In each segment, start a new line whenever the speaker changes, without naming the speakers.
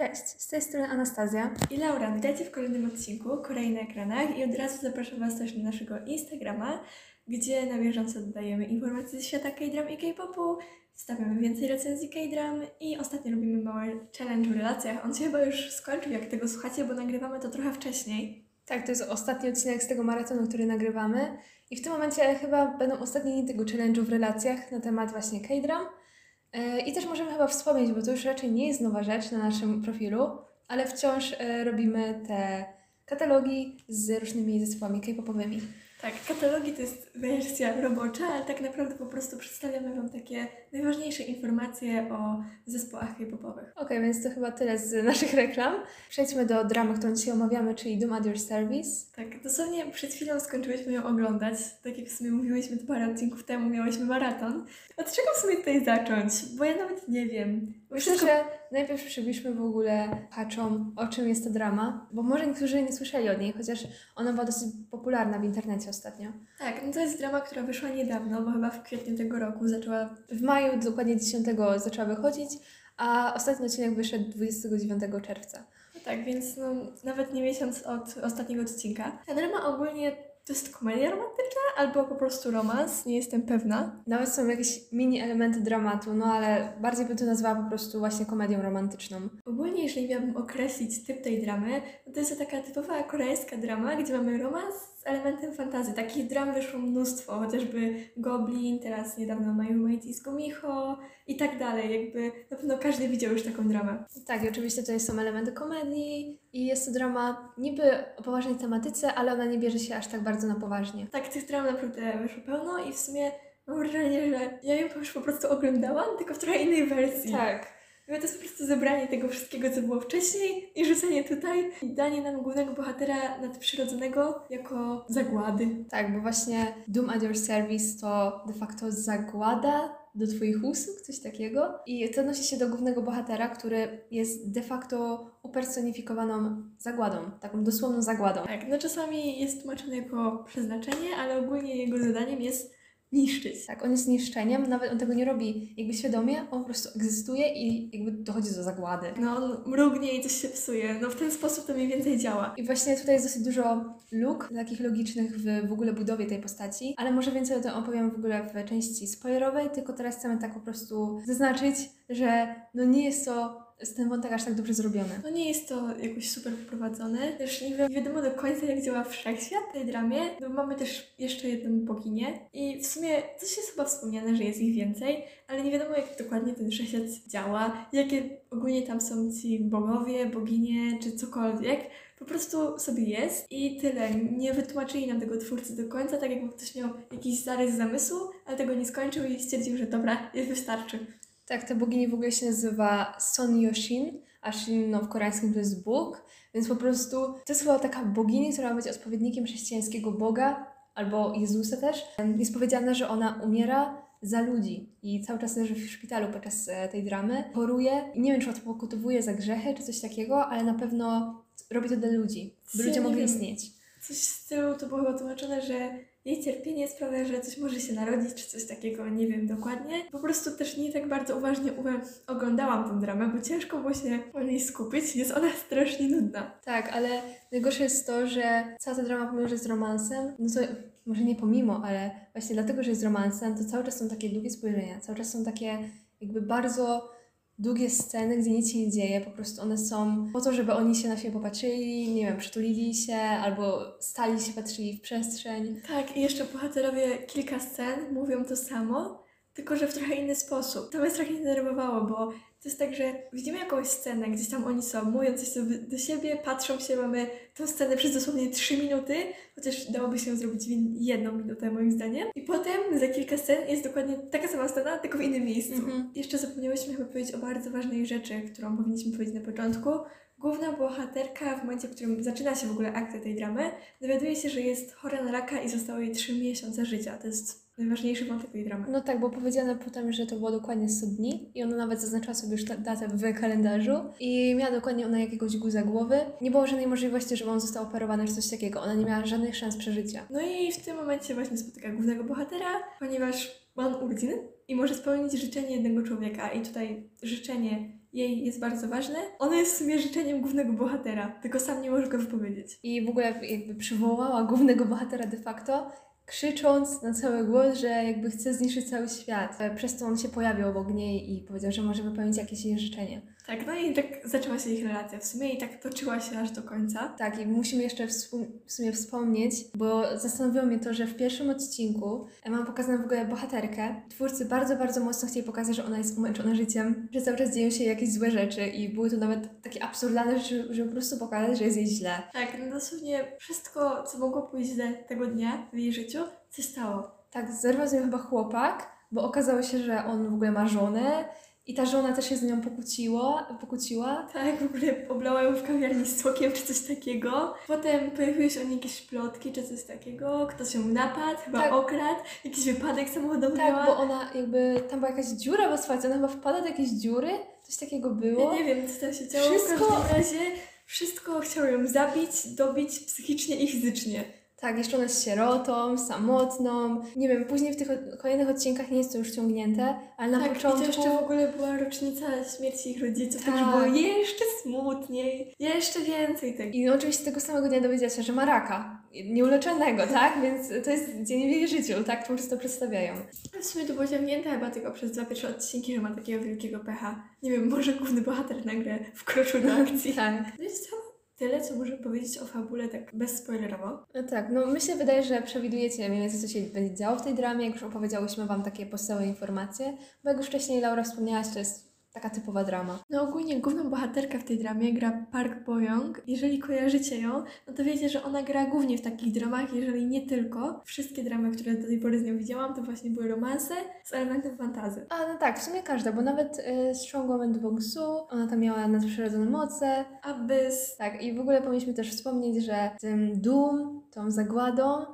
Cześć, z tej strony Anastazja
i Laura. Witajcie w kolejnym odcinku Korei na ekranach i od razu zapraszam Was też na naszego Instagrama, gdzie na bieżąco dodajemy informacje ze świata K-dram i K-popu, wstawiamy więcej recenzji K-dram i ostatnio robimy mały challenge w relacjach. On się chyba już skończył, jak tego słuchacie, bo nagrywamy to trochę wcześniej.
Tak, to jest ostatni odcinek z tego maratonu, który nagrywamy i w tym momencie chyba będą ostatnie dni tego challenge'u w relacjach na temat właśnie K-dram. I też możemy chyba wspomnieć, bo to już raczej nie jest nowa rzecz na naszym profilu, ale wciąż robimy te katalogi z różnymi zespołami K-popowymi.
Tak, katalogi to jest wersja robocza, ale tak naprawdę po prostu przedstawiamy Wam takie najważniejsze informacje o zespołach K-popowych.
Okej, więc to chyba tyle z naszych reklam. Przejdźmy do dramy, którą dzisiaj omawiamy, czyli Doom at Your Service.
Tak, dosłownie przed chwilą skończyłyśmy ją oglądać. Tak jak w sumie mówiłyśmy to parę odcinków temu, miałyśmy maraton. Od czego w sumie tutaj zacząć? Bo ja nawet nie wiem.
Myślę, że najpierw przybliżmy w ogóle słuchaczom, o czym jest ta drama, bo może niektórzy nie słyszeli o niej, chociaż ona była dosyć popularna w internecie ostatnio.
Tak, no to jest drama, która wyszła niedawno, bo chyba w kwietniu tego roku zaczęła...
W maju, dokładnie 10 zaczęła wychodzić, a ostatni odcinek wyszedł 29 czerwca.
No tak, więc nawet nie miesiąc od ostatniego odcinka. Ta drama ogólnie to jest komedia romantyczna albo po prostu romans, nie jestem pewna.
Nawet są jakieś mini elementy dramatu, no ale bardziej bym to nazwała po prostu właśnie komedią romantyczną.
Ogólnie, jeżeli miałabym określić typ tej dramy, to jest to taka typowa koreańska drama, gdzie mamy romans z elementem fantazji. Takich dram wyszło mnóstwo, chociażby Goblin, teraz niedawno My Roommate is Gumiho i tak dalej. Jakby na pewno każdy widział już taką dramę.
Tak, i oczywiście tutaj są elementy komedii i jest to drama niby o poważnej tematyce, ale ona nie bierze się aż tak bardzo na poważnie.
Tak, tych dram naprawdę wyszło pełno i w sumie mam wrażenie, że ja ją już po prostu oglądałam, tylko w trochę innej wersji.
Tak.
To jest po prostu zebranie tego wszystkiego, co było wcześniej i rzucenie tutaj i danie nam głównego bohatera nadprzyrodzonego jako zagłady.
Tak, bo właśnie Doom at Your Service to de facto zagłada do Twoich usług, coś takiego. I to odnosi się do głównego bohatera, który jest de facto upersonifikowaną zagładą, taką dosłowną zagładą.
Tak, no czasami jest tłumaczone jako przeznaczenie, ale ogólnie jego zadaniem jest niszczyć.
Tak, on jest niszczeniem, nawet on tego nie robi jakby świadomie, on po prostu egzystuje i jakby dochodzi do zagłady.
No, on mrugnie i coś się psuje. No w ten sposób to mniej więcej działa.
I właśnie tutaj jest dosyć dużo luk, takich logicznych w ogóle budowie tej postaci, ale może więcej o tym opowiem w ogóle w części spoilerowej, tylko teraz chcemy tak po prostu zaznaczyć, że no nie jest to ten wątek aż tak dobrze zrobiony.
No nie jest to jakoś super poprowadzone. Też nie wiadomo do końca, jak działa wszechświat w tej dramie. No mamy też jeszcze jedną boginię i w sumie coś jest chyba wspomniane, że jest ich więcej, ale nie wiadomo, jak dokładnie ten wszechświat działa, jakie ogólnie tam są ci bogowie, boginie czy cokolwiek. Po prostu sobie jest i tyle. Nie wytłumaczyli nam tego twórcy do końca, tak jakby ktoś miał jakiś zarys zamysłu, ale tego nie skończył i stwierdził, że dobra, wystarczy.
Tak, ta bogini w ogóle się nazywa Son Yoshin, a Shin no, w koreańskim to jest Bóg, więc po prostu to jest chyba taka bogini, która ma być odpowiednikiem chrześcijańskiego Boga, albo Jezusa też. Jest powiedziane, że ona umiera za ludzi i cały czas leży w szpitalu podczas tej dramy, choruje i nie wiem, czy odpokutowuje za grzechy, czy coś takiego, ale na pewno robi to dla ludzi, by ludzie mogli istnieć.
Coś w stylu, to było chyba tłumaczone, że jej cierpienie sprawia, że coś może się narodzić, czy coś takiego, nie wiem dokładnie. Po prostu też nie tak bardzo uważnie oglądałam tę dramę, bo ciężko było się o niej skupić, jest ona strasznie nudna.
Tak, ale najgorsze jest to, że cała ta drama, pomimo że jest romansem, no to może nie pomimo, ale właśnie dlatego, że jest romansem, to cały czas są takie długie spojrzenia, cały czas są takie jakby bardzo długie sceny, gdzie nic się nie dzieje, po prostu one są po to, żeby oni się na siebie popatrzyli, nie wiem, przytulili się albo stali się, patrzyli w przestrzeń.
Tak, i jeszcze bohaterowie kilka scen mówią to samo, tylko że w trochę inny sposób. To mnie strasznie denerwowało, bo to jest tak, że widzimy jakąś scenę, gdzieś tam oni są, mówią coś sobie do siebie, patrzą się, mamy tę scenę przez dosłownie 3 minuty, chociaż dałoby się ją zrobić w 1 minutę moim zdaniem. I potem za kilka scen jest dokładnie taka sama scena, tylko w innym miejscu. Jeszcze zapomniałyśmy chyba powiedzieć o bardzo ważnej rzeczy, którą powinniśmy powiedzieć na początku. Główna bohaterka w momencie, w którym zaczyna się w ogóle akcja tej dramy, dowiaduje się, że jest chora na raka i zostało jej 3 miesiące życia. To jest najważniejszy wątek tej dramy.
No tak, bo powiedziane potem, że to było dokładnie 100 dni i ona nawet zaznaczyła sobie już datę w kalendarzu i miała dokładnie ona jakiegoś guza głowy. Nie było żadnej możliwości, żeby on został operowany czy coś takiego. Ona nie miała żadnych szans przeżycia.
No i w tym momencie właśnie spotyka głównego bohatera, ponieważ ma on urodziny i może spełnić życzenie jednego człowieka i tutaj życzenie jej jest bardzo ważne. Ono jest w sumie życzeniem głównego bohatera, tylko sam nie może go wypowiedzieć.
I w ogóle jakby przywołała głównego bohatera de facto, krzycząc na cały głos, że jakby chce zniszczyć cały świat. Przez to on się pojawił obok niej i powiedział, że może wypełnić jakieś jej życzenie.
Tak, no i tak zaczęła się ich relacja w sumie i tak toczyła się aż do końca.
Tak, i musimy jeszcze w sumie wspomnieć, bo zastanowiło mnie to, że w pierwszym odcinku mam pokazaną w ogóle bohaterkę. Twórcy bardzo, bardzo mocno chcieli pokazać, że ona jest umęczona życiem, że cały czas dzieją się jakieś złe rzeczy i były to nawet takie absurdalne rzeczy, żeby po prostu pokazać, że jest jej źle.
Tak, no dosłownie wszystko, co mogło pójść źle tego dnia w jej życiu, się stało.
Tak, zerwał z nią chyba chłopak, bo okazało się, że on w ogóle ma żonę i ta żona też się z nią pokłóciła.
Tak, w ogóle oblała ją w kawiarni z sokiem czy coś takiego. Potem pojawiły się o niej jakieś plotki czy coś takiego. Ktoś ją napadł, chyba
Tak.
okradł, jakiś wypadek samochodowy
Tak,
miała.
bo ona jakby, tam była jakaś dziura w asfalcie, ona chyba wpadła do jakiejś dziury, coś takiego było.
Ja nie wiem, co tam się działo.
Wszystko-
W każdym razie wszystko chciało ją zabić, dobić psychicznie i fizycznie.
Tak, jeszcze ona jest sierotą, samotną. Nie wiem, później w tych kolejnych odcinkach nie jest to już ciągnięte, ale na
Tak,
początku...
i to jeszcze w ogóle była rocznica śmierci ich rodziców, tak, że
Tak.
było jeszcze smutniej, jeszcze więcej tego.
I oczywiście tego samego dnia dowiedziała się, że ma raka. Nieuleczonego, tak? Więc to jest dzień w jej życiu, tak? Twórcy to przedstawiają.
W sumie to było ciągnięte chyba tylko przez 2 pierwsze odcinki, że ma takiego wielkiego pecha. Nie wiem, może główny bohater nagle wkroczył do akcji.
Tak.
To jest tyle, co możemy powiedzieć o fabule tak bezspoilerowo.
No tak, no mi się wydaje, że przewidujecie mniej więcej, co się będzie działo w tej dramie, jak już opowiedziałyśmy Wam takie podstawowe informacje, bo jak już wcześniej Laura wspomniałaś, to jest taka typowa drama.
No ogólnie główną bohaterkę w tej dramie gra Park Bo-young. Jeżeli kojarzycie ją, no to wiecie, że ona gra głównie w takich dramach, jeżeli nie tylko. Wszystkie dramy, które do tej pory z nią widziałam, to właśnie były romanse z elementem fantazy.
A no tak, w sumie każda, bo nawet Strong Woman Dwong-Soo, ona tam miała nadprzyrodzone moce.
Abyss.
Tak, i w ogóle powinniśmy też wspomnieć, że tym Doom, tą zagładą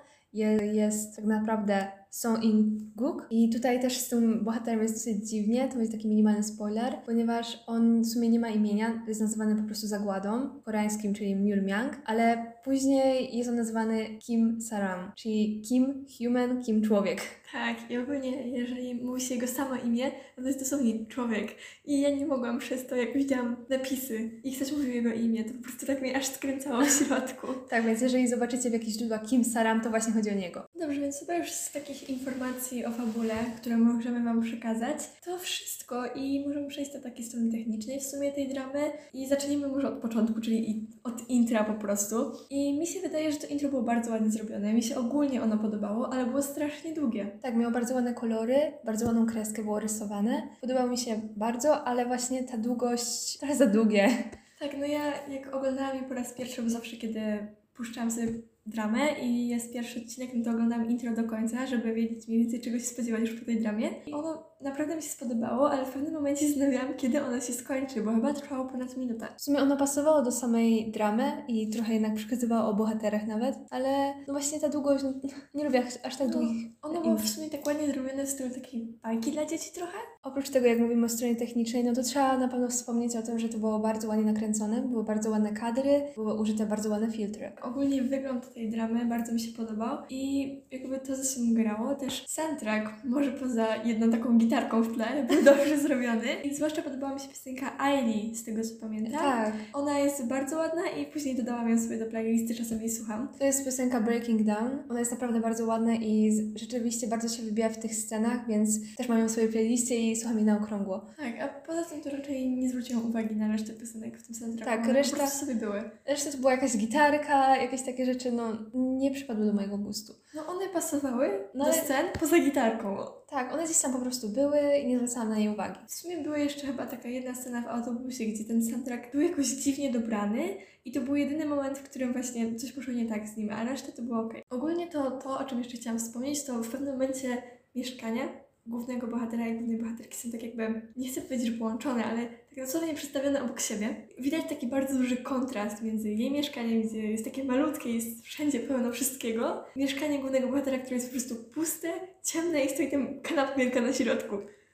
jest tak naprawdę Song In-guk. I tutaj też z tym bohaterem jest dosyć dziwnie, to będzie taki minimalny spoiler, ponieważ on w sumie nie ma imienia, jest nazywany po prostu zagładą, koreańskim, czyli Myul-myang, ale później jest on nazywany Kim Saram, czyli Kim Human, Kim Człowiek.
Tak, i ogólnie jeżeli mówi się jego samo imię, to jest dosłownie człowiek. I ja nie mogłam przez to, jak widziałam napisy i ktoś mówił jego imię, to po prostu tak mnie aż skręcało w środku.
Tak, więc jeżeli zobaczycie w jakichś źródłach Kim Saram, to właśnie chodzi o niego.
Dobrze, więc chyba już z takich informacji o fabule, które możemy Wam przekazać, to wszystko i możemy przejść do takiej strony technicznej w sumie tej dramy i zaczniemy może od początku, czyli od intra po prostu. I mi się wydaje, że to intro było bardzo ładnie zrobione, mi się ogólnie ono podobało, ale było strasznie długie.
Tak, miał bardzo ładne kolory, bardzo ładną kreskę było rysowane. Podobało mi się bardzo, ale właśnie ta długość trochę za długie.
Tak, no ja jak oglądałam je po raz pierwszy, bo zawsze kiedy puszczałam sobie dramę i jest pierwszy odcinek, no to oglądam intro do końca, żeby wiedzieć mniej więcej czego się spodziewać już po tej dramie. I ono naprawdę mi się spodobało, ale w pewnym momencie zastanawiałam, kiedy ono się skończy, bo chyba trwało ponad minutę.
W sumie ono pasowało do samej dramy i trochę jednak przekazywało o bohaterach nawet, ale no właśnie ta długość, no, nie lubię aż tak długich.
Ono było w sumie tak ładnie zrobione w stylu takiej bajki dla dzieci trochę.
Oprócz tego, jak mówimy o stronie technicznej, no to trzeba na pewno wspomnieć o tym, że to było bardzo ładnie nakręcone, były bardzo ładne kadry, były użyte bardzo ładne filtry.
Ogólnie wygląd tej dramy bardzo mi się podobał i jakby to ze sobą grało. Też soundtrack, może poza jedną taką gitarką w tle, był dobrze zrobiony. I zwłaszcza podobała mi się piosenka Ailey, z tego co pamiętam.
Tak,
Ona jest bardzo ładna i później dodałam ją sobie do playlisty, czasem jej słucham.
to jest piosenka Breaking Down. Ona jest naprawdę bardzo ładna i rzeczywiście bardzo się wybija w tych scenach, więc też mam ją w swojej playliście i słucham jej na okrągło.
Tak, a poza tym to raczej nie zwróciłam uwagi na resztę piosenek w tym soundtracku.
Tak,
One
reszta-
po prostu sobie były.
Reszta to była jakaś gitarka, jakieś takie rzeczy, no nie przypadły do mojego gustu.
No one pasowały
No
do
ale-
scen poza gitarką.
Tak, one gdzieś tam po prostu były i nie zwracałam na nie uwagi.
W sumie była jeszcze chyba taka jedna scena w autobusie, gdzie ten soundtrack był jakoś dziwnie dobrany i to był jedyny moment, w którym właśnie coś poszło nie tak z nim, a reszta to było okej. Ogólnie to, o czym jeszcze chciałam wspomnieć, to w pewnym momencie mieszkania głównego bohatera i głównej bohaterki są tak jakby, nie chcę powiedzieć, że połączone, ale tak dosłownie przedstawione obok siebie. Widać taki bardzo duży kontrast między jej mieszkaniem, gdzie jest takie malutkie, jest wszędzie pełno wszystkiego. Mieszkanie głównego bohatera, które jest po prostu puste, ciemne i stoi tam kanapka wielka na środku.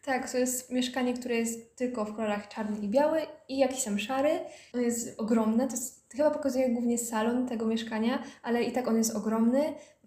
Tak, to jest mieszkanie, które jest tylko w kolorach czarny i biały i jakiś tam szary. On jest ogromne, to jest, chyba pokazuje głównie salon tego mieszkania, ale i tak on jest ogromny,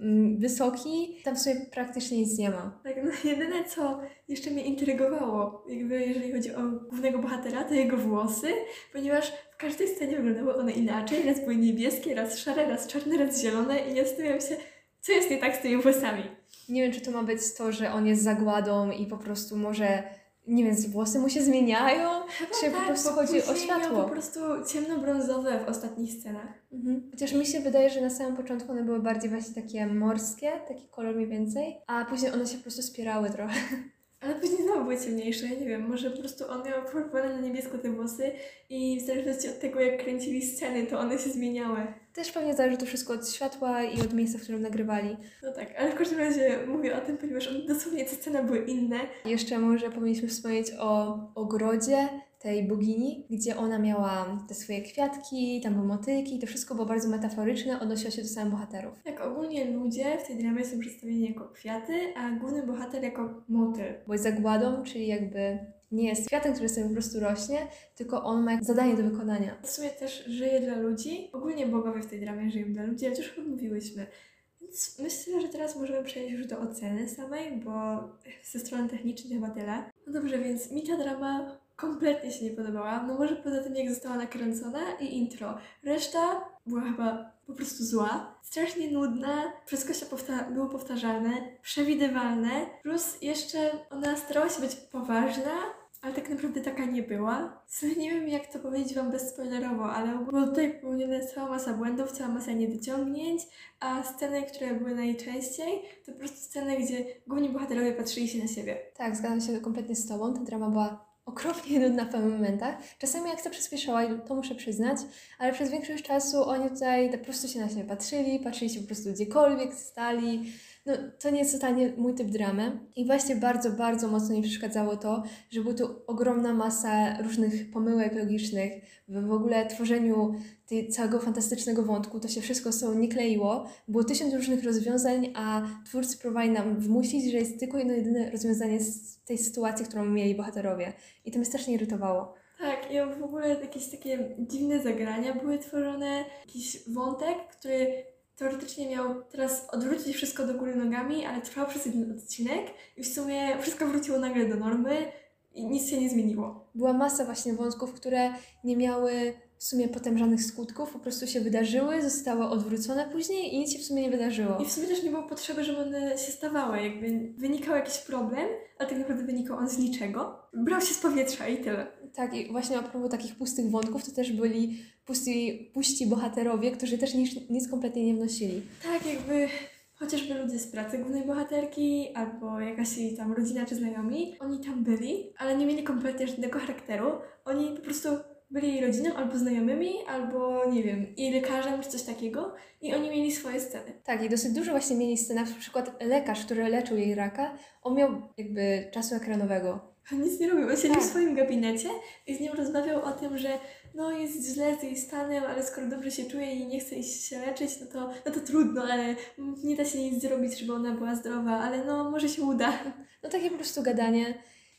wysoki, tam w sumie praktycznie nic nie ma.
Tak, no jedyne co jeszcze mnie intrygowało, jakby jeżeli chodzi o głównego bohatera, to jego włosy, ponieważ w każdej scenie wyglądały one inaczej, raz były niebieskie, raz szare, raz czarne, raz zielone i ja zastanawiam się, co jest nie tak z tymi włosami.
Nie wiem, czy to ma być to, że on jest zagładą i po prostu może, nie wiem, włosy mu się zmieniają, czy po prostu
bo
chodzi o
później miał
światło.
po prostu ciemnobrązowe w ostatnich scenach.
Chociaż mi się wydaje, że na samym początku one były bardziej właśnie takie morskie, taki kolor mniej więcej, a później one się po prostu spierały trochę.
Ale później znowu były ciemniejsze, ja nie wiem, może po prostu on miał pofarbowane na niebiesko te włosy i w zależności od tego, jak kręcili sceny, to one się zmieniały.
Też pewnie zależy to wszystko od światła i od miejsca, w którym nagrywali.
No tak, ale w każdym razie mówię o tym, ponieważ dosłownie te sceny były inne.
Jeszcze może powinniśmy wspomnieć o ogrodzie tej bogini, gdzie ona miała te swoje kwiatki, tam były motylki, to wszystko było bardzo metaforyczne, odnosiło się do samych bohaterów.
Tak, ogólnie ludzie w tej dramie są przedstawieni jako kwiaty, a główny bohater jako motyl.
Bo jest zagładą, czyli jakby nie jest kwiatem, który sobie po prostu rośnie, tylko on ma zadanie do wykonania.
W sumie też żyje dla ludzi. Ogólnie bogowie w tej dramie żyją dla ludzi, ale to już chyba mówiłyśmy. Więc myślę, że teraz możemy przejść już do oceny samej, bo ze strony technicznej chyba tyle. No dobrze, więc mi ta drama kompletnie się nie podobała. No może poza tym, jak została nakręcona i intro. Reszta była chyba po prostu zła. Strasznie nudna, wszystko się było powtarzalne, przewidywalne. Plus jeszcze ona starała się być poważna, ale tak naprawdę taka nie była. W sumie nie wiem, jak to powiedzieć Wam bezspoilerowo, ale było tutaj popełniona jest cała masa błędów, cała masa niedociągnięć, a sceny, które były najczęściej, to po prostu sceny, gdzie główni bohaterowie patrzyli się na siebie.
Tak, zgadzam się kompletnie z Tobą. Ta drama była okropnie nudna w pewnych momentach. Czasami jak to przyspieszała, to muszę przyznać, ale przez większość czasu oni tutaj po prostu się na siebie patrzyli się po prostu gdziekolwiek, stali. No, to nie jest totalnie mój typ dramy. I właśnie bardzo, bardzo mocno mi przeszkadzało to, że była tu ogromna masa różnych pomyłek logicznych w ogóle tworzeniu tej całego fantastycznego wątku. To się wszystko ze sobą nie kleiło. Było 1000 różnych rozwiązań, a twórcy próbowali nam wmusić, że jest tylko jedno jedyne rozwiązanie z tej sytuacji, którą mieli bohaterowie. I to mnie strasznie irytowało.
Tak, i w ogóle jakieś takie dziwne zagrania były tworzone, jakiś wątek, który teoretycznie miał teraz odwrócić wszystko do góry nogami, ale trwał przez jeden odcinek i w sumie wszystko wróciło nagle do normy i nic się nie zmieniło.
Była masa właśnie wątków, które nie miały w sumie potem żadnych skutków, po prostu się wydarzyły, zostały odwrócone później i nic się w sumie nie wydarzyło.
I w sumie też nie było potrzeby, żeby one się stawały, jakby wynikał jakiś problem, ale tak naprawdę wynikał on z niczego. Brał się z powietrza i tyle.
Tak, i właśnie a propos takich pustych wątków, to też byli puści bohaterowie, którzy też nic kompletnie nie wnosili.
Tak, jakby chociażby ludzie z pracy głównej bohaterki, albo jakaś jej tam rodzina czy znajomi, oni tam byli, ale nie mieli kompletnie żadnego charakteru. Oni po prostu byli jej rodziną, albo znajomymi, albo nie wiem, i lekarzem czy coś takiego i oni mieli swoje sceny.
Tak, i dosyć dużo właśnie mieli scen, na przykład lekarz, który leczył jej raka, on miał jakby czasu ekranowego.
On nic nie robił, on siedział
Tak.
w swoim gabinecie i z nią rozmawiał o tym, że no jest źle z jej stanem, ale skoro dobrze się czuje i nie chce iść się leczyć, no to trudno, ale nie da się nic zrobić, żeby ona była zdrowa, ale no może się uda.
No takie po prostu gadanie.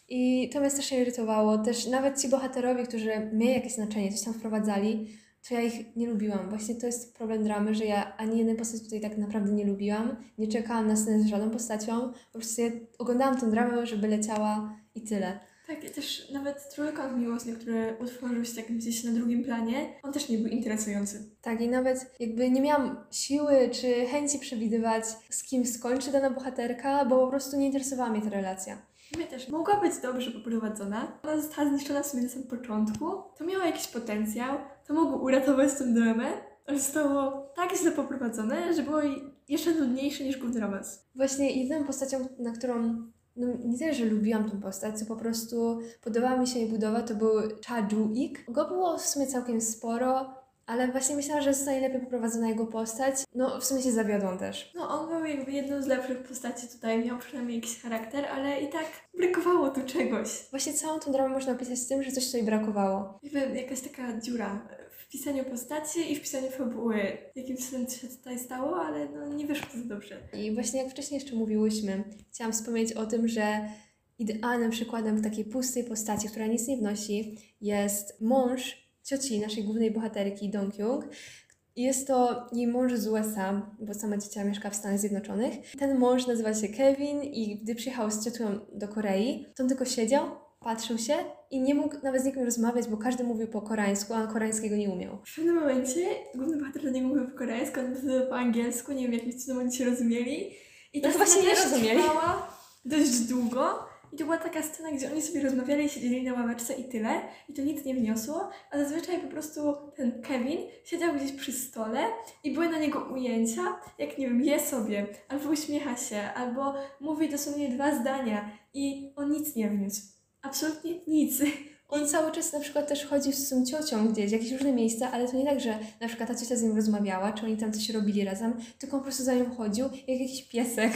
I to mnie strasznie irytowało. Też nawet ci bohaterowie, którzy mieli jakieś znaczenie, coś tam wprowadzali, to ja ich nie lubiłam. Właśnie to jest problem dramy, że ja ani jednej postaci tutaj tak naprawdę nie lubiłam. Nie czekałam na scenę z żadną postacią. Po prostu ja oglądałam tę dramę, żeby leciała i tyle.
Tak, i też nawet trójkąt miłosny, który utworzył się tak gdzieś na drugim planie, on też nie był interesujący.
Tak, i nawet jakby nie miałam siły czy chęci przewidywać, z kim skończy dana bohaterka, bo po prostu nie interesowała mnie ta relacja.
Mnie też mogła być dobrze poprowadzona. Ona została zniszczona w sumie na samym początku. To miało jakiś potencjał, to mogło uratować tę dramę, ale zostało tak źle poprowadzone, że było jeszcze nudniejsze niż główny romans.
Właśnie jedyną postacią, na którą no nie tyle, że lubiłam tą postać, co po prostu podobała mi się jej budowa, to był Cha Ju-ik. Go było w sumie całkiem sporo, ale właśnie myślałam, że zostanie lepiej poprowadzona jego postać. No w sumie się zawiodłam też.
No on był jakby jedną z lepszych postaci tutaj, miał przynajmniej jakiś charakter, ale i tak brakowało tu czegoś.
Właśnie całą tą dramę można opisać tym, że coś tutaj brakowało.
Jakby jakaś taka dziura w pisaniu postaci i w pisaniu fabuły. Jakimś cudem się tutaj stało, ale no nie wyszło to dobrze.
I właśnie jak wcześniej jeszcze mówiłyśmy, chciałam wspomnieć o tym, że idealnym przykładem takiej pustej postaci, która nic nie wnosi, jest mąż cioci naszej głównej bohaterki, Dong-kyung. Jest to jej mąż z USA, bo sama ciocia mieszka w Stanach Zjednoczonych. Ten mąż nazywa się Kevin i gdy przyjechał z ciocią do Korei, to on tylko siedział, patrzył się i nie mógł nawet z nikim rozmawiać, bo każdy mówił po koreańsku, a on koreańskiego nie umiał.
W pewnym momencie główny bohater do niego mówił po koreańsku, on mówił po angielsku, nie wiem, jakimś cudem oni się rozumieli. I ta
No chyba
scena
się nie
też
rozumieli.
trwała dość długo. I to była taka scena, gdzie oni sobie rozmawiali, siedzieli na ławeczce i tyle. I to nic nie wniosło. A zazwyczaj po prostu ten Kevin siedział gdzieś przy stole i były na niego ujęcia, jak nie wiem, je sobie, albo uśmiecha się, albo mówi dosłownie 2 zdania i on nic nie wniósł. Absolutnie nic.
On cały czas na przykład też chodził z tą ciocią gdzieś, w jakieś różne miejsca, ale to nie tak, że na przykład ta ciocia z nim rozmawiała, czy oni tam coś robili razem, tylko on po prostu za nią chodził jak jakiś piesek.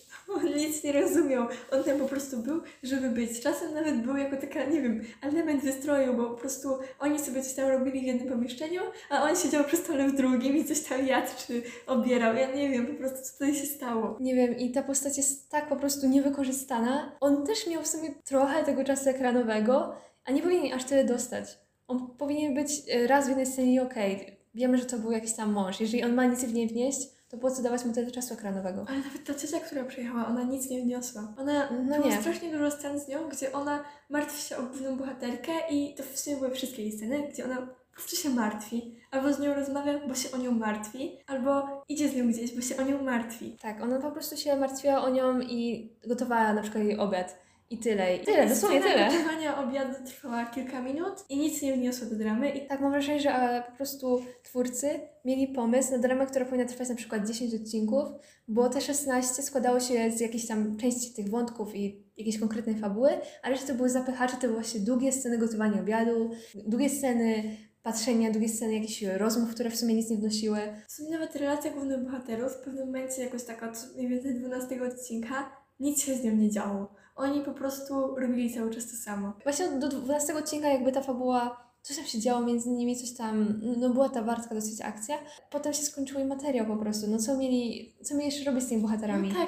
On nic nie rozumiał. On tam po prostu był, żeby być. Czasem nawet był jako taka, nie wiem, element wystroju, bo po prostu oni sobie coś tam robili w jednym pomieszczeniu, a on siedział przy stole w drugim i coś tam jadł czy obierał. Ja nie wiem po prostu, co tutaj się stało.
Nie wiem, i ta postać jest tak po prostu niewykorzystana. On też miał w sumie trochę tego czasu ekranowego, a nie powinien aż tyle dostać. On powinien być raz w jednej scenie i okej. Wiemy, że to był jakiś tam mąż. Jeżeli on ma nic w nie wnieść, to po co dawać mu tyle czasu ekranowego?
Ale nawet ta ciocia, która przyjechała, ona nic nie wniosła. Ona
No
było
nie.
strasznie dużo scen z nią, gdzie ona martwi się o główną bohaterkę i to w sumie były wszystkie jej sceny, gdzie ona po prostu się martwi. Albo z nią rozmawia, bo się o nią martwi, albo idzie z nią gdzieś, bo się o nią martwi.
Tak, ona po prostu się martwiła o nią i gotowała na przykład jej obiad. I tyle, i tyle, dosłownie
Scena
tyle.
gotowania obiadu trwała kilka minut i nic nie wniosło do dramy. I
Tak, mam wrażenie, że po prostu twórcy mieli pomysł na dramę, która powinna trwać na przykład 10 odcinków, bo te 16 składało się z jakiejś tam części tych wątków i jakiejś konkretnej fabuły, a reszta to były zapychacze, to były właśnie długie sceny gotowania obiadu, długie sceny patrzenia, długie sceny jakichś rozmów, które w sumie nic nie wnosiły.
w sumie nawet relacja głównych bohaterów w pewnym momencie jakoś tak od mniej więcej 12 odcinka nic się z nią nie działo. Oni po prostu robili cały czas to samo.
Właśnie do 12 odcinka jakby ta fabuła, coś tam się działo między nimi, coś tam, no była ta wartka dosyć akcja. Potem się skończył jej materiał po prostu, no co mieli jeszcze robić z tymi bohaterami?
No tak.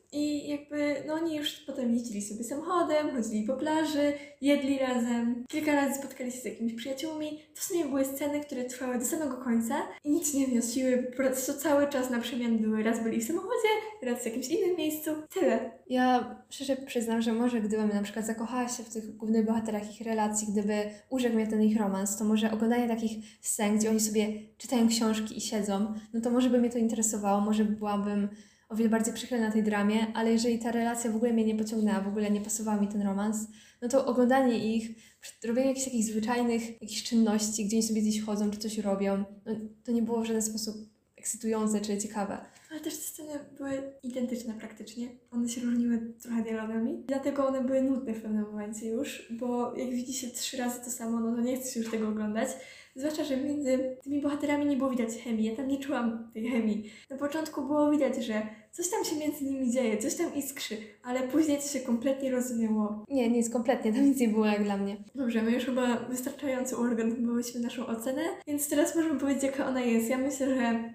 I jakby, no oni już potem jeździli sobie samochodem, chodzili po plaży, jedli razem, kilka razy spotkali się z jakimiś przyjaciółmi. To w sumie były sceny, które trwały do samego końca i nic nie wnosiły, po prostu cały czas na przemian były. Raz byli w samochodzie, raz w jakimś innym miejscu. Tyle.
Ja szczerze przyznam, że może gdybym na przykład zakochała się w tych głównych bohaterach ich relacji, gdyby urzekł mnie ten ich romans, to może oglądanie takich scen, gdzie oni sobie czytają książki i siedzą, no to może by mnie to interesowało, może byłabym o wiele bardziej przychylna tej dramie, ale jeżeli ta relacja w ogóle mnie nie pociągnęła, w ogóle nie pasowała mi ten romans, no to oglądanie ich, robienie jakichś takich zwyczajnych jakichś czynności, gdzie oni sobie gdzieś chodzą czy coś robią, no to nie było w żaden sposób ekscytujące czy ciekawe.
Ale też te sceny były identyczne praktycznie. One się różniły trochę dialogami. Dlatego one były nudne w pewnym momencie już, bo jak widzi się 3 razy to samo, no to nie chce się już tego oglądać. Zwłaszcza, że między tymi bohaterami nie było widać chemii. Ja tam nie czułam tej chemii. Na początku było widać, że coś tam się między nimi dzieje, coś tam iskrzy, ale później to się kompletnie rozumiało.
Nie, nic kompletnie, tam nic nie było jak dla mnie.
Dobrze, my już chyba wystarczająco uorganizowaliśmy naszą ocenę, więc teraz możemy powiedzieć, jaka ona jest. Ja myślę, że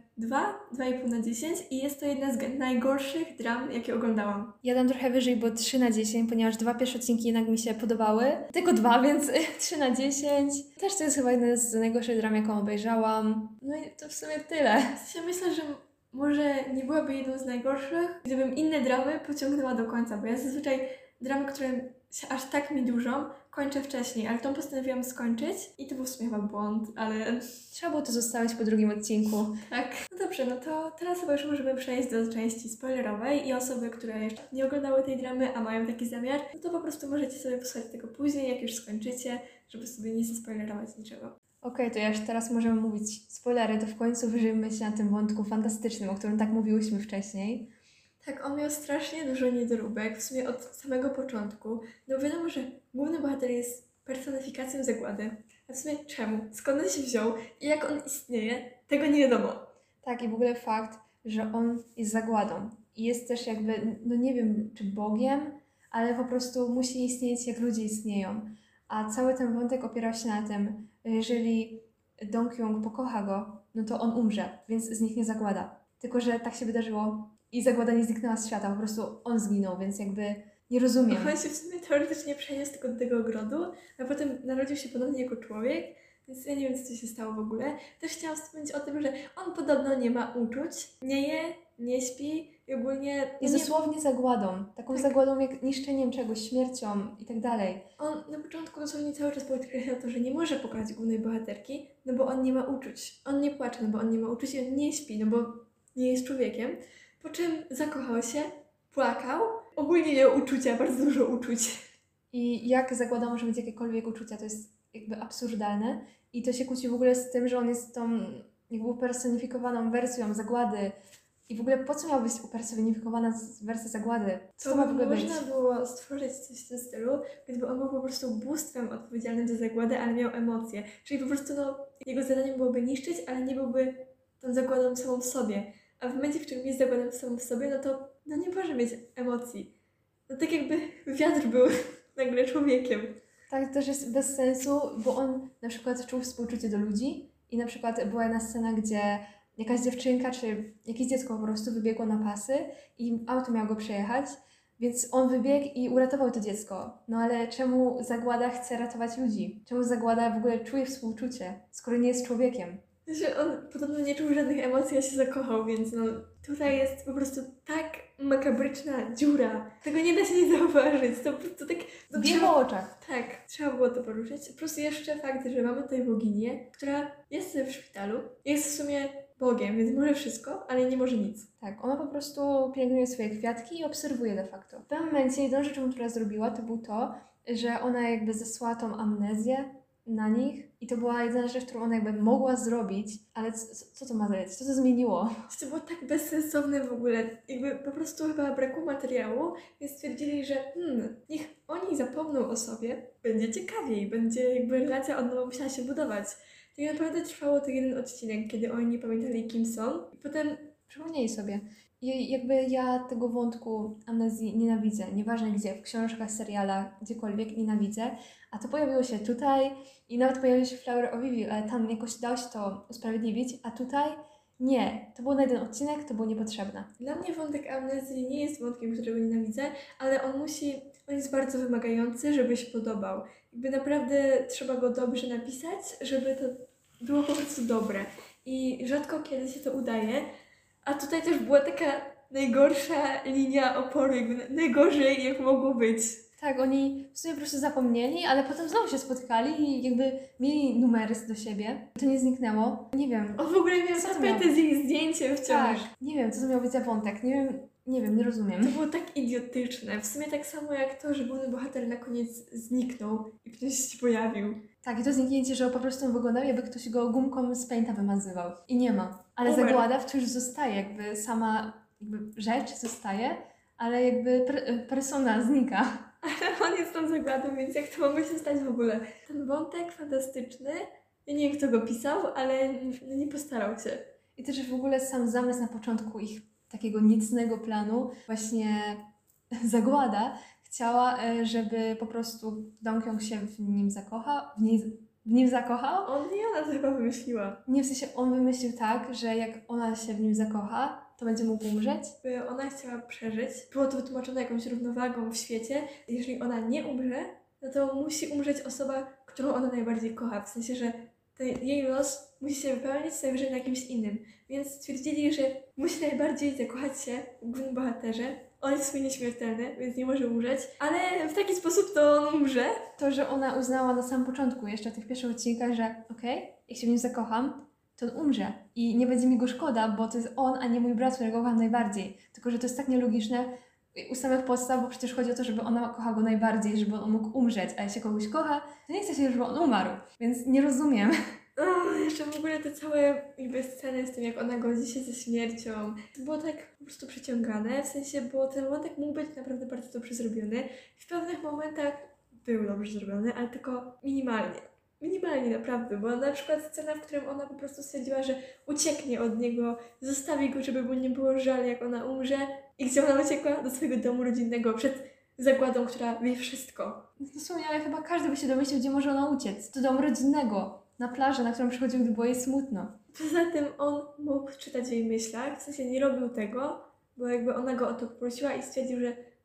2,5 na 10 i jest to jedna z najgorszych dram, jakie oglądałam.
Ja dam trochę wyżej, bo 3 na 10, ponieważ 2 pierwsze odcinki jednak mi się podobały. Tylko 2, więc 3 na 10. Też to jest chyba jedna z najgorszych dram, jaką obejrzałam. No i to w sumie tyle.
W sensie myślę, że może nie byłaby jedną z najgorszych, gdybym inne dramy pociągnęła do końca, bo ja zazwyczaj dramy, które się aż tak mi dużą, kończę wcześniej, ale tą postanowiłam skończyć i to był w sumie chyba błąd, ale
Trzeba było to zostawić po drugim odcinku.
tak. No dobrze, no to teraz chyba już możemy przejść do części spoilerowej i osoby, które jeszcze nie oglądały tej dramy, a mają taki zamiar, no to po prostu możecie sobie posłuchać tego później, jak już skończycie, żeby sobie nie zaspoilerować niczego.
Okej, to już teraz możemy mówić spoilery, to w końcu wyżyjmy się na tym wątku fantastycznym, o którym tak mówiłyśmy wcześniej.
Tak, on miał strasznie dużo niedoróbek, w sumie od samego początku. No wiadomo, że główny bohater jest personifikacją zagłady. A w sumie czemu? Skąd on się wziął i jak on istnieje? Tego nie wiadomo.
Tak, i w ogóle fakt, że on jest zagładą i jest też jakby, no nie wiem czy Bogiem, ale po prostu musi istnieć jak ludzie istnieją. A cały ten wątek opiera się na tym, że jeżeli Dong-kyung pokocha go, no to on umrze, więc zniknie zagłada. Tylko że tak się wydarzyło i zagłada nie zniknęła z świata, po prostu on zginął, więc jakby Nie rozumiem.
On się w sumie teoretycznie przeniósł tylko do tego ogrodu, a potem narodził się ponownie jako człowiek, więc ja nie wiem, co się stało w ogóle. Też chciałam wspomnieć o tym, że on podobno nie ma uczuć, nie je, nie śpi i ogólnie...
Jest
nie...
dosłownie zagładą. Taką
Tak.
zagładą jak niszczeniem czegoś, śmiercią i tak dalej.
On na początku dosłownie cały czas podkreślał to, że nie może pokonać głównej bohaterki, no bo on nie ma uczuć. On nie płacze, no bo on nie ma uczuć i on nie śpi, no bo nie jest człowiekiem. Po czym zakochał się, płakał, ogólnie miał uczucia, bardzo dużo uczuć.
I jak zagłada może mieć jakiekolwiek uczucia, to jest jakby absurdalne. I to się kłóci w ogóle z tym, że on jest tą jakby upersonifikowaną wersją zagłady. I w ogóle po co miała być upersonifikowana wersja zagłady? Co to ma w ogóle być?
Można było stworzyć coś w tym stylu, gdyby on był po prostu bóstwem odpowiedzialnym za zagładę, ale miał emocje. Czyli po prostu jego zadaniem byłoby niszczyć, ale nie byłby tą zagładą samą w sobie. A w momencie, w którym jest zagładą samą w sobie, to nie może mieć emocji. No tak jakby wiatr był nagle człowiekiem.
Tak, to też jest bez sensu, bo on na przykład czuł współczucie do ludzi i na przykład była jedna scena, gdzie jakaś dziewczynka czy jakieś dziecko po prostu wybiegło na pasy i auto miało go przejechać, więc on wybiegł i uratował to dziecko. No ale czemu zagłada chce ratować ludzi? Czemu zagłada w ogóle czuje współczucie, skoro nie jest człowiekiem?
Że on podobno nie czuł żadnych emocji, a się zakochał, więc tutaj jest po prostu tak makabryczna dziura. Tego nie da się nie zauważyć. To po prostu tak...
W wielu oczach.
Tak, trzeba było to poruszyć. Plus jeszcze fakt, że mamy tutaj boginię, która jest w szpitalu, jest w sumie Bogiem, więc może wszystko, ale nie może nic.
Tak, ona po prostu pielęgnuje swoje kwiatki i obserwuje de facto. W pewnym momencie jedną rzeczą, która zrobiła, to był to, że ona jakby zesłała tą amnezję na nich i to była jedyna rzecz, którą ona jakby mogła zrobić, ale co to ma zrobić? Co to zmieniło?
To było tak bezsensowne w ogóle, jakby po prostu chyba brakło materiału, więc stwierdzili, że niech oni zapomną o sobie, będzie ciekawiej, będzie jakby relacja od nowa musiała się budować. Tak naprawdę trwało to jeden odcinek, kiedy oni nie pamiętali, kim są. I potem
Przypomnieli sobie. I jakby ja tego wątku amnezji nienawidzę, nieważne gdzie, w książkach, serialach, gdziekolwiek nienawidzę, a to pojawiło się tutaj i nawet pojawił się Flower of Evil, ale tam jakoś dało się to usprawiedliwić, a tutaj nie. To był na jeden odcinek, to było niepotrzebne.
dla mnie wątek amnezji nie jest wątkiem, którego nienawidzę, ale on jest bardzo wymagający, żeby się podobał. Jakby naprawdę trzeba go dobrze napisać, żeby to było po prostu dobre. I rzadko kiedy się to udaje, a tutaj też była taka najgorsza linia oporu, jakby najgorzej jak mogło być.
Tak, oni w sumie po prostu zapomnieli, ale potem znowu się spotkali i jakby mieli numery do siebie. To nie zniknęło. Nie wiem.
On w ogóle miał
Co to
tapetę z jej zdjęciem wciąż.
Tak, nie wiem, co to miał być za wątek. Nie wiem, nie rozumiem.
To było tak idiotyczne. W sumie tak samo jak to, że główny bohater na koniec zniknął i ktoś się pojawił.
Tak, i to zniknięcie, że po prostu wyglądał, jakby ktoś go gumką z painta wymazywał. I nie ma. Ale
Umarł.
zagłada wciąż zostaje, jakby sama rzecz zostaje, ale jakby persona znika.
Ale on jest tą zagładą, więc jak to mogło się stać w ogóle? Ten wątek fantastyczny, ja nie wiem kto go pisał, ale nie postarał się.
I też w ogóle sam zamysł na początku ich takiego niecnego planu, właśnie zagłada, chciała, żeby po prostu Dong Kyung się w nim zakochał, w nim zakochał.
Ona to chyba wymyśliła.
Nie, w sensie on wymyślił tak, że jak ona się w nim zakocha, to będzie mógł umrzeć.
Ona chciała przeżyć. Było to wytłumaczone jakąś równowagą w świecie. Jeżeli ona nie umrze, to musi umrzeć osoba, którą ona najbardziej kocha. W sensie, że ten jej los musi się wypełnić najwyżej na kimś innym. Więc stwierdzili, że musi najbardziej zakochać się w głównym bohaterze. On jest w sumie nieśmiertelny, więc nie może umrzeć, ale w taki sposób to on umrze.
To, że ona uznała na samym początku, jeszcze w tych pierwszych odcinkach, że jak się w nim zakocham, to on umrze i nie będzie mi go szkoda, bo to jest on, a nie mój brat, którego kocham najbardziej. Tylko, że to jest tak nielogiczne u samych podstaw, bo przecież chodzi o to, żeby ona kocha go najbardziej, żeby on mógł umrzeć, a jeśli kogoś kocha, to nie chce się, żeby on umarł, więc nie rozumiem.
Jeszcze w ogóle te całe jakby sceny z tym, jak ona godzi się ze śmiercią, to było tak po prostu przeciągane, w sensie, bo ten wątek mógł być naprawdę bardzo dobrze zrobiony. W pewnych momentach był dobrze zrobiony, ale tylko minimalnie. Minimalnie naprawdę, bo na przykład scena, w którym ona po prostu stwierdziła, że ucieknie od niego, zostawi go, żeby mu nie było żal, jak ona umrze, i gdzie ona uciekła do swojego domu rodzinnego przed zagładą, która wie wszystko.
Dosłownie, ale chyba każdy by się domyślił, gdzie może ona uciec. Do domu rodzinnego, na plażę, na którą przychodził, gdy było jej smutno.
Poza tym on mógł czytać w jej myślach, w sensie nie robił tego, bo jakby ona go o to poprosiła i stwierdził, że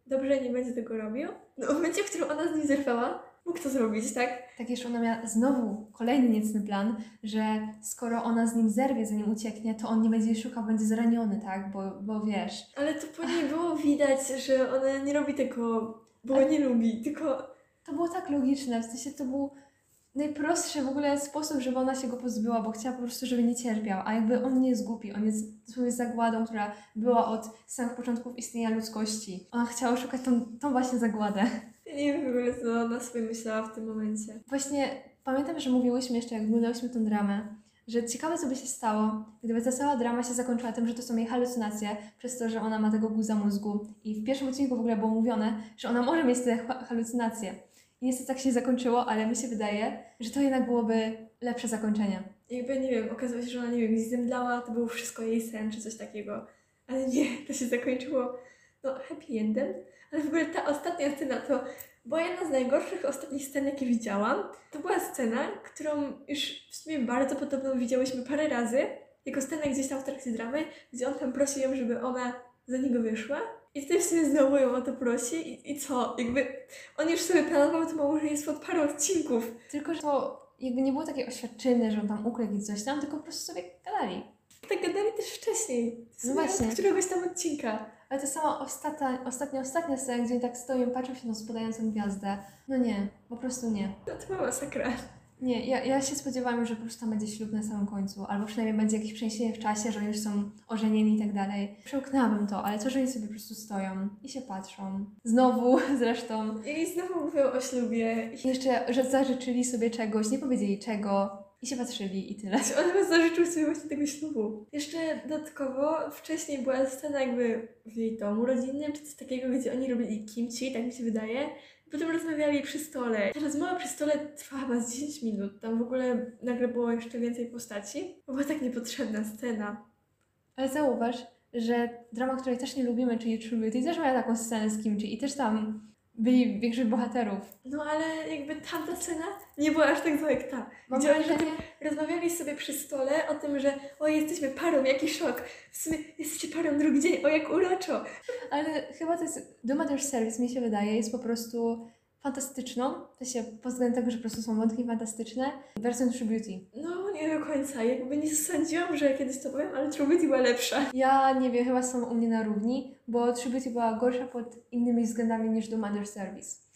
dobrze nie będzie tego robił. No w momencie, w którym ona z nim zerwała, mógł to zrobić, tak?
Tak jeszcze ona miała znowu kolejny niecny plan, że skoro ona z nim zerwie, zanim ucieknie, to on nie będzie jej szukał, będzie zraniony, tak? Bo wiesz.
Ale to po niej było widać, że ona nie robi tego, bo nie lubi, tylko...
To było tak logiczne, w sensie to był najprostszy w ogóle sposób, żeby ona się go pozbyła, bo chciała po prostu, żeby nie cierpiał. A jakby on nie jest głupi, on jest dosłownie zagładą, która była od samych początków istnienia ludzkości. Ona chciała szukać tą właśnie zagładę.
Ja nie wiem w ogóle, co ona sobie myślała w tym momencie.
Właśnie pamiętam, że mówiłyśmy jeszcze, jak oglądałyśmy tę dramę, że ciekawe, co by się stało, gdyby ta cała drama się zakończyła tym, że to są jej halucynacje, przez to, że ona ma tego guza mózgu. I w pierwszym odcinku w ogóle było mówione, że ona może mieć te halucynacje. I niestety tak się zakończyło, ale mi się wydaje, że to jednak byłoby lepsze zakończenie.
Jakby, nie wiem, okazało się, że ona, nie wiem, zemdlała, to był wszystko jej sen, czy coś takiego. Ale nie, to się zakończyło, no, happy endem. Ale w ogóle ta ostatnia scena to była jedna z najgorszych ostatnich scen, jakie widziałam. To była scena, którą już w sumie bardzo podobną widziałyśmy parę razy. Jako scenę gdzieś tam w trakcie dramy, gdzie on tam prosi ją, żeby ona za niego wyszła. I tutaj w sumie znowu ją o to prosi i co? Jakby on już sobie planował to małżeństwo od paru odcinków.
Tylko, że to jakby nie było takie oświadczynne, że on tam ukradł i coś tam, tylko po prostu sobie gadali.
Tak gadali też wcześniej.
No właśnie.
Od któregoś tam odcinka.
Ale to sama ostatnia scena, gdzie oni tak stoją, patrzą się na spadającą gwiazdę. No nie, po prostu nie.
No to była masakra.
Nie, ja się spodziewałam, że po prostu tam będzie ślub na samym końcu, albo przynajmniej będzie jakieś przeniesienie w czasie, że oni już są ożenieni i tak dalej. Przełknęłabym to, ale to, że oni sobie po prostu stoją i się patrzą. Znowu zresztą.
I znowu mówią o ślubie.
I jeszcze, że zażyczyli sobie czegoś, nie powiedzieli czego i się patrzyli i tyle.
On chyba zażyczył sobie właśnie tego ślubu. Jeszcze dodatkowo wcześniej była scena jakby w jej domu rodzinnym, czy coś takiego, gdzie oni robili kimchi, tak mi się wydaje. Potem rozmawiali przy stole. Ta rozmowa przy stole trwała chyba z 10 minut. Tam w ogóle nagle było jeszcze więcej postaci. Była tak niepotrzebna scena.
Ale zauważ, że drama, której też nie lubimy, czyli True Beauty, też miała taką scenę z kimchi i też tam byli większość bohaterów.
No ale jakby tamta scena nie była aż tak zła jak ta.
Mam
Gdzie oni
wrażenie,
rozmawiali sobie przy stole o tym, że o, jesteśmy parą, jaki szok. W sumie jesteście parą drugi dzień, o, jak uroczo.
ale chyba to jest The Mother's Service, mi się wydaje, jest po prostu fantastyczną, to się pod względem tego, że po prostu są wątki fantastyczne, wersją True Beauty.
No, nie do końca. Jakby nie sądziłam, że kiedyś to powiem, ale True Beauty była lepsza.
Ja nie wiem, chyba są u mnie na równi, bo True Beauty była gorsza pod innymi względami niż The Mother's Service.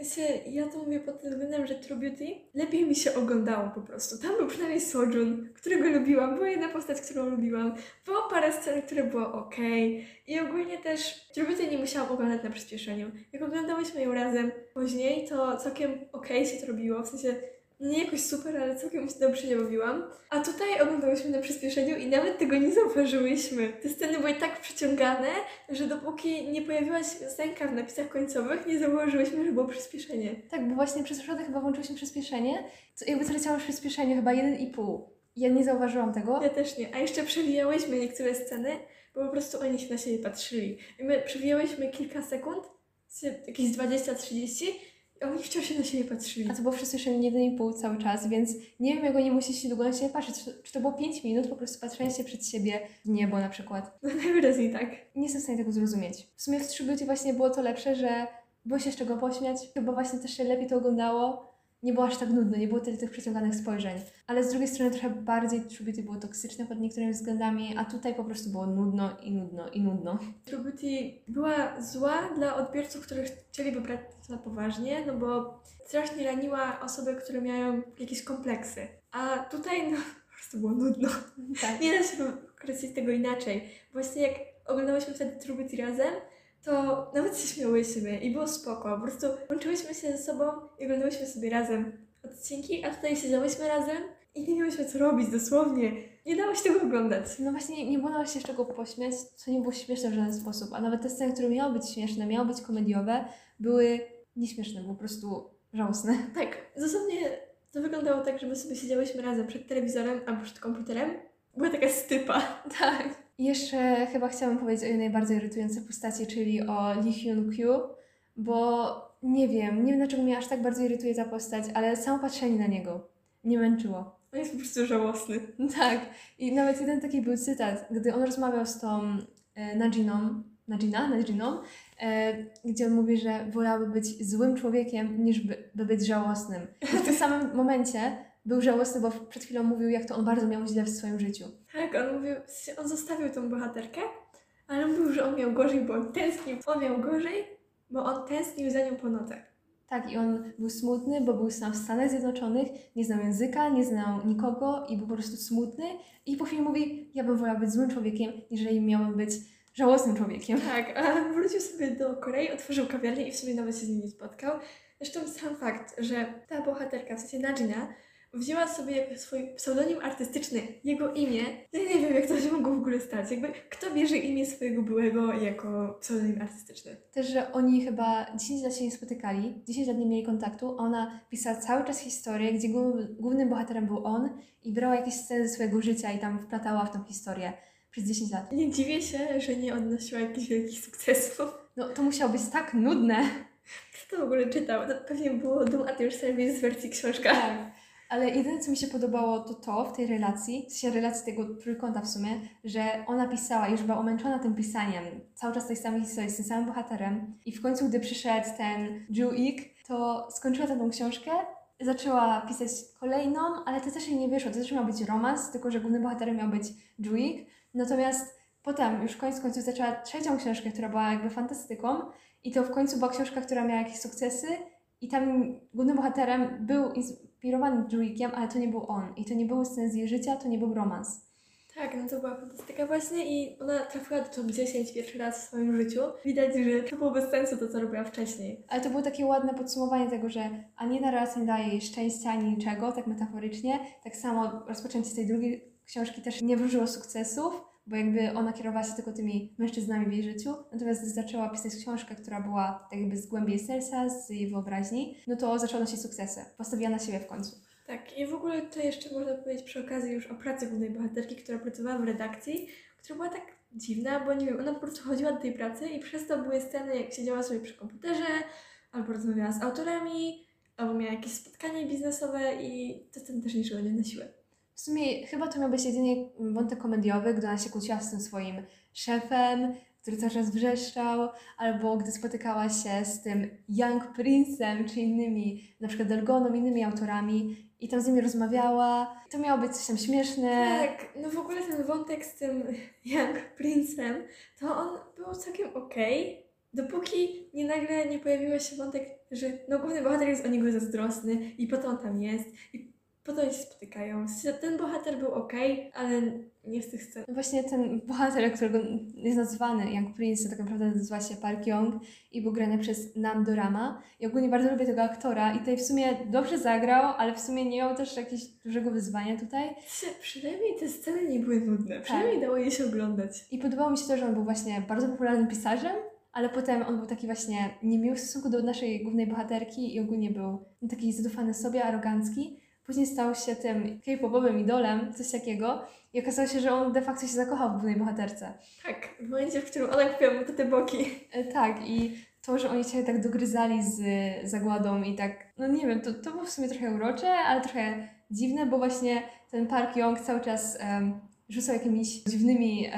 Ja to mówię pod tym względem, że True Beauty lepiej mi się oglądało po prostu. Tam był przynajmniej Sojun, którego lubiłam. Była jedna postać, którą lubiłam. Było parę scen, które było okej. I ogólnie też True Beauty nie musiałam oglądać na przyspieszeniu. Jak oglądałyśmy ją razem później, to całkiem okej się to robiło. W sensie nie jakoś super, ale całkiem się dobrze nie bawiłam. A tutaj oglądałyśmy na przyspieszeniu i nawet tego nie zauważyłyśmy. Te sceny były tak przeciągane, że dopóki nie pojawiła się piosenka w napisach końcowych, nie zauważyłyśmy, że było przyspieszenie.
Tak, bo właśnie przez przypadek chyba włączyłyśmy przyspieszenie, to jakby to leciało przyspieszenie chyba 1,5. Ja nie zauważyłam tego.
Ja też nie. A jeszcze przewijałyśmy niektóre sceny, bo po prostu oni się na siebie patrzyli. I my przewijałyśmy kilka sekund, jakieś 20-30, i oni wciąż się na siebie patrzyli.
A to było przyspieszenie 1,5 cały czas, więc nie wiem, jak oni musieli się długo na siebie patrzeć. Czy to było 5 minut, po prostu patrzenie się przed siebie w niebo na przykład.
No najwyraźniej tak.
Nie jestem w stanie tego zrozumieć. W sumie w True Beauty właśnie było to lepsze, że było się z czego pośmiać, chyba właśnie też się lepiej to oglądało. Nie było aż tak nudno, nie było tyle tych przeciąganych spojrzeń. Ale z drugiej strony trochę bardziej True Beauty było toksyczne pod niektórymi względami, a tutaj po prostu było nudno i nudno i nudno.
True Beauty była zła dla odbiorców, którzy chcieliby brać to na poważnie, no bo strasznie raniła osoby, które mają jakieś kompleksy. A tutaj, no, po prostu było nudno.
Tak.
Nie da się określić tego inaczej. Właśnie jak oglądałyśmy wtedy True Beauty razem, to nawet się śmiałyśmy i było spoko. Po prostu łączyłyśmy się ze sobą i oglądałyśmy sobie razem odcinki, a tutaj siedziałyśmy razem i nie miałyśmy co robić, dosłownie. Nie dało się tego oglądać.
No właśnie nie było nam się z czego pośmiać, co nie było śmieszne w żaden sposób. A nawet te sceny, które miały być śmieszne, miały być komediowe, były nieśmieszne, były po prostu żałosne.
Tak, dosłownie to wyglądało tak, że my sobie siedziałyśmy razem przed telewizorem albo przed komputerem. Była taka stypa.
Tak. I jeszcze chyba chciałam powiedzieć o jednej bardzo irytującej postaci, czyli o Lee Hyun-kyu, bo nie wiem dlaczego mnie aż tak bardzo irytuje ta postać, ale samo patrzenie na niego nie męczyło.
On jest po prostu żałosny.
Tak. I nawet jeden taki był cytat, gdy on rozmawiał z tą Najiną, Najiną, gdzie on mówi, że wolałaby być złym człowiekiem niż by być żałosnym. I w tym samym momencie był żałosny, bo przed chwilą mówił, jak to on bardzo miał źle w swoim życiu.
Tak, on mówił, on zostawił tą bohaterkę, ale mówił, że on miał gorzej, bo on tęsknił. On miał gorzej, bo on tęsknił za nią po nocach.
Tak, i on był smutny, bo był sam w Stanach Zjednoczonych, nie znał języka, nie znał nikogo i był po prostu smutny. I po chwili mówi, ja bym wolał być złym człowiekiem, jeżeli miałbym być żałosnym człowiekiem.
Tak, a wrócił sobie do Korei, otworzył kawiarnię i w sumie nawet się z nim nie spotkał. Zresztą sam fakt, że ta bohaterka, w sensie Najina, wzięła sobie jako swój pseudonim artystyczny jego imię, to ja nie wiem, jak to się mogło w ogóle stać. Jakby kto bierze imię swojego byłego jako pseudonim artystyczny?
Też, że oni chyba 10 lat się nie spotykali, 10 lat nie mieli kontaktu, a ona pisała cały czas historię, gdzie głównym bohaterem był on i brała jakieś sceny ze swojego życia i tam wplatała w tą historię przez 10 lat.
Nie dziwię się, że nie odnosiła jakichś wielkich sukcesów.
No to musiało być tak nudne.
Kto to w ogóle czytał? To pewnie było Doom at Your Service w wersji książka.
Tak. Ale jedyne, co mi się podobało, to w tej relacji, w sensie relacji tego trójkąta w sumie, że ona pisała, już była omęczona tym pisaniem, cały czas tej samej historii, z tym samym bohaterem i w końcu, gdy przyszedł ten Ju-ik, to skończyła tę książkę, zaczęła pisać kolejną, ale to też jej nie wyszło, to też miał być romans, tylko że głównym bohaterem miał być Ju-ik, natomiast potem już koniec końców zaczęła trzecią książkę, która była jakby fantastyką i to w końcu była książka, która miała jakieś sukcesy i tam głównym bohaterem był inspirowany Ju-ikiem, ale to nie był on. I to nie były sceny z jej życia, to nie był romans.
Tak, no to była fantastyka właśnie i ona trafiła do top 10 pierwszy raz w swoim życiu. Widać, że to było bez sensu to, co robiła wcześniej.
Ale to było takie ładne podsumowanie tego, że ani na relacja nie daje jej szczęścia, ani niczego, tak metaforycznie. Tak samo rozpoczęcie tej drugiej książki też nie wróżyło sukcesów, bo jakby ona kierowała się tylko tymi mężczyznami w jej życiu, natomiast gdy zaczęła pisać książkę, która była tak jakby z głębi jej serca, z jej wyobraźni, no to zaczęła nosić sukcesy. Postawiła na siebie w końcu.
Tak, i w ogóle to jeszcze można powiedzieć przy okazji już o pracy głównej bohaterki, która pracowała w redakcji, która była tak dziwna, bo nie wiem, ona po prostu chodziła do tej pracy i przez to były sceny, jak siedziała sobie przy komputerze, albo rozmawiała z autorami, albo miała jakieś spotkanie biznesowe i te sceny też niczego nie nosiły.
W sumie chyba to miał być jedynie wątek komediowy, gdy ona się kłóciła z tym swoim szefem, który cały czas wrzeszczał, albo gdy spotykała się z tym Young Prince'em, czy innymi, na przykład Delgoną, innymi autorami i tam z nimi rozmawiała. To miało być coś tam śmieszne.
Tak, no w ogóle ten wątek z tym Young Prince'em, to on był całkiem okej, dopóki nagle nie pojawił się wątek, że no główny bohater jest o niego zazdrosny i po to on tam jest i po to oni się spotykają. W sensie ten bohater był okej, ale nie w tych scenach.
No właśnie ten bohater, którego jest nazywany Young Prince, to tak naprawdę nazywa się Park Young i był grany przez Nam Dorama. I ogólnie bardzo lubię tego aktora i tutaj w sumie dobrze zagrał, ale w sumie nie miał też jakiegoś dużego wyzwania tutaj.
Przynajmniej te sceny nie były nudne, przynajmniej dało je się oglądać.
I podobało mi się to, że on był właśnie bardzo popularnym pisarzem, ale potem on był taki właśnie niemiły w stosunku do naszej głównej bohaterki i ogólnie był taki zadufany sobie, arogancki. Później stał się tym K-popowym idolem, coś takiego. I okazało się, że on de facto się zakochał w głównej bohaterce.
Tak, w momencie, w którym ona kupiła mu te boki.
Tak, i to, że oni się tak dogryzali z Zagładą i tak, no nie wiem, to było w sumie trochę urocze, ale trochę dziwne, bo właśnie ten Park Young cały czas rzucał jakimiś dziwnymi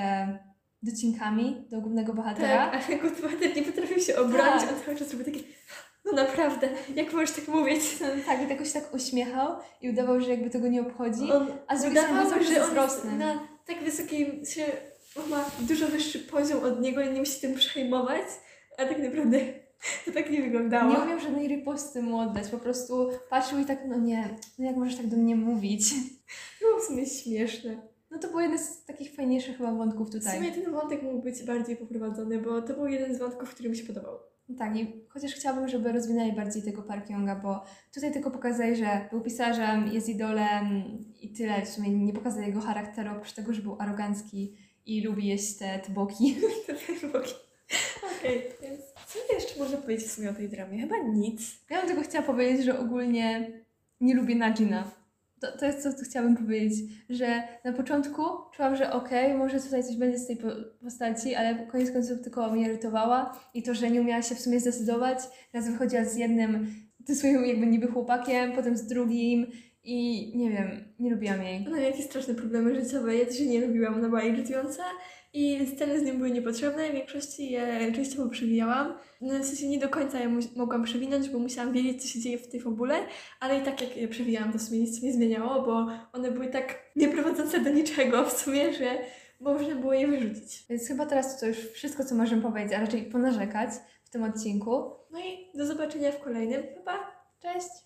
docinkami do głównego bohatera.
Tak, ale główny bohater nie potrafił się obronić,
Tak.
on cały czas robił takie... No naprawdę, jak możesz tak mówić?
Tak, i tak się tak uśmiechał i udawał, że jakby tego nie obchodzi,
On
a z drugiej strony był
udawał,
cały
że
czas
on
zazdrosny.
jest na tak wysokim... On ma dużo wyższy poziom od niego i nie musi tym przejmować, a tak naprawdę to tak nie wyglądało.
Nie umiał żadnej riposty mu oddać, po prostu patrzył i tak, no nie, no jak możesz tak do mnie mówić?
Było w sumie śmieszne.
No to był jeden z takich fajniejszych chyba wątków
W
tutaj.
sumie ten wątek mógł być bardziej poprowadzony, bo to był jeden z wątków, który mi się podobał.
No tak, i chociaż chciałabym, żeby rozwinęli bardziej tego Park Younga, bo tutaj tylko pokazali, że był pisarzem, jest idolem i tyle. W sumie nie pokazali jego charakteru, oprócz tego, że był arogancki i lubi jeść te boki.
Te boki. Okej, więc co jeszcze można powiedzieć w sumie o tej dramie? Chyba nic.
Ja bym tylko chciała powiedzieć, że ogólnie nie lubię Najina. To jest co chciałabym powiedzieć, że na początku czułam, że okej, może tutaj coś będzie z tej postaci, ale koniec końców tylko mnie irytowała i to, że nie umiała się w sumie zdecydować. Raz wychodziła z jednym, tym swoim jakby niby chłopakiem, potem z drugim i nie wiem, nie lubiłam jej.
Ona miała jakieś straszne problemy życiowe, ja też jej nie lubiłam, ona była irytująca i sceny z nim były niepotrzebne, w większości je częściowo przewijałam. No, w sensie nie do końca je mogłam przewinąć, bo musiałam wiedzieć, co się dzieje w tej fabule, ale i tak jak je przewijałam, to w sumie nic nie zmieniało, bo one były tak nieprowadzące do niczego w sumie, że można było je wyrzucić.
Więc chyba teraz to już wszystko, co możemy powiedzieć, a raczej ponarzekać w tym odcinku.
No i do zobaczenia w kolejnym. Pa, pa!
Cześć!